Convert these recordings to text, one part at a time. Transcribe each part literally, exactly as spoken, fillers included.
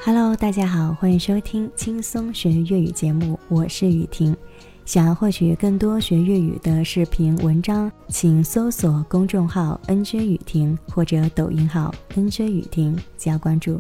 Hello， 大家好，欢迎收听轻松学粤语节目，我是雨婷。想要获取更多学粤语的视频文章，请搜索公众号 N J 雨婷或者抖音号 N J 雨婷加关注。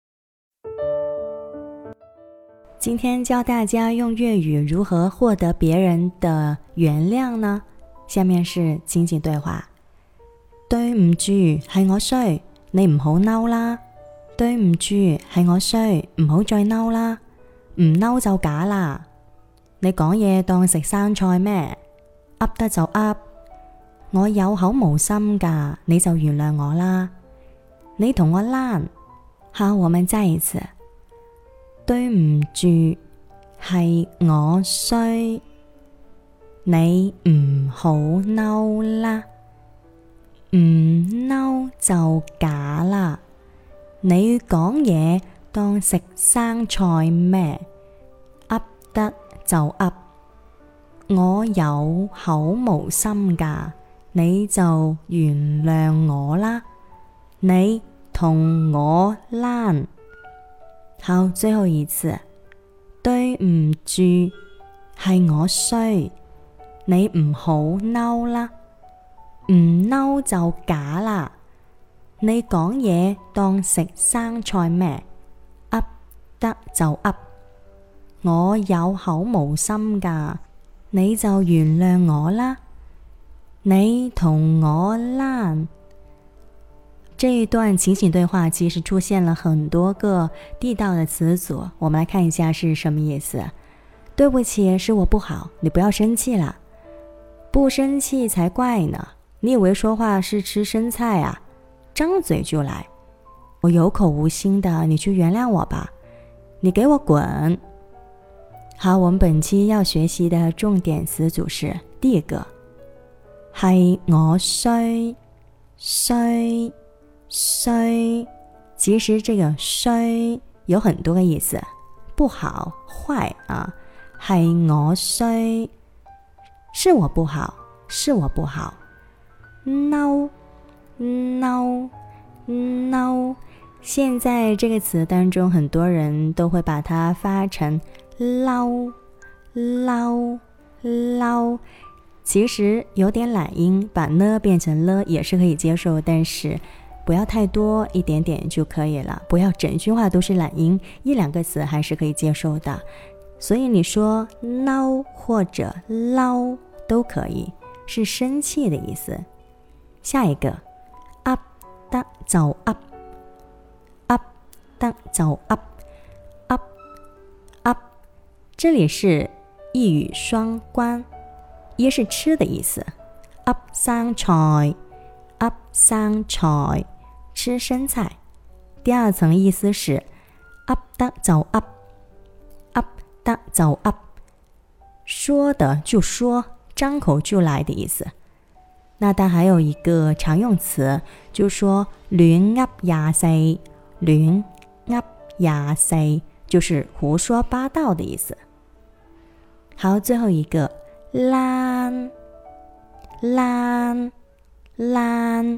今天教大家用粤语如何获得别人的原谅呢？下面是情景對話。對唔住，係我衰，你唔好嬲啦。對唔住，係我衰，唔好再嬲啦。唔嬲就假啦。你講嘢當食生菜咩？噏得就噏。我有口無心㗎，你就原諒我啦。你同我爛。好，我們再一次。對唔住，係我衰，你唔好嬲啦。唔嬲就假啦。你講嘢當食生菜咩？噏得就噏。我有口無心㗎，你就原諒我啦。你同我爛。好，最後一次。對唔住，係我衰，你唔好嬲啦。唔嬲就假啦。你講嘢當食生菜咩？噏得就噏。我有口無心㗎，你就原諒我啦。你同我爛。這一段情景對話其實出現了很多個地道的詞組，我們來看一下是什麼意思。對不起，是我不好，你不要生氣了。不生氣才怪呢，你以為說話是吃生菜啊？張嘴就來。我有口無心的，你去原諒我吧。你給我滾。好，我們本期要學習的重點詞組是第一個，係我衰，衰，衰。其實這個衰有很多個意思，不好，壞啊。係我衰，是我不好，是我不好。嬲嬲嬲，現在這個詞當中很多人都會把它發成嬲嬲嬲，其實有點懶音，把呢變成了也是可以接受，但是不要太多，一點點就可以了，不要整句話都是懶音，一兩個詞還是可以接受的。所以你說嬲或者嬲都可以，是生氣的意思。下一個噏得就噏，噏得就噏，噏噏，這裡是一語雙關，一是吃的意思，噏生菜，噏生菜，吃生菜。第二層意思是噏得就噏，噏得就噏，說的就說，張口就來的意思。那它還有一個常用詞，就說亂噏廿四，亂噏廿四就是胡說八道的意思。好，最後一個爛爛爛，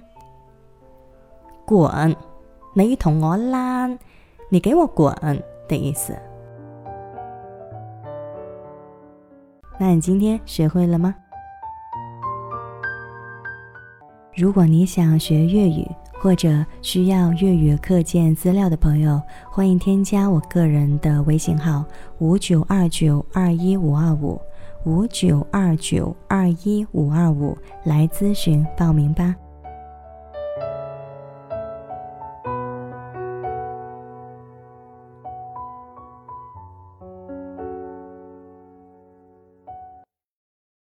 滾，你同我爛，你給我滾的意思。那你今天學會了嗎？如果你想學粵語或者需要粵語課件資料的朋友，歡迎添加我個人的微信號五九二九二一五二五五九二九二一五二五來諮詢報名吧。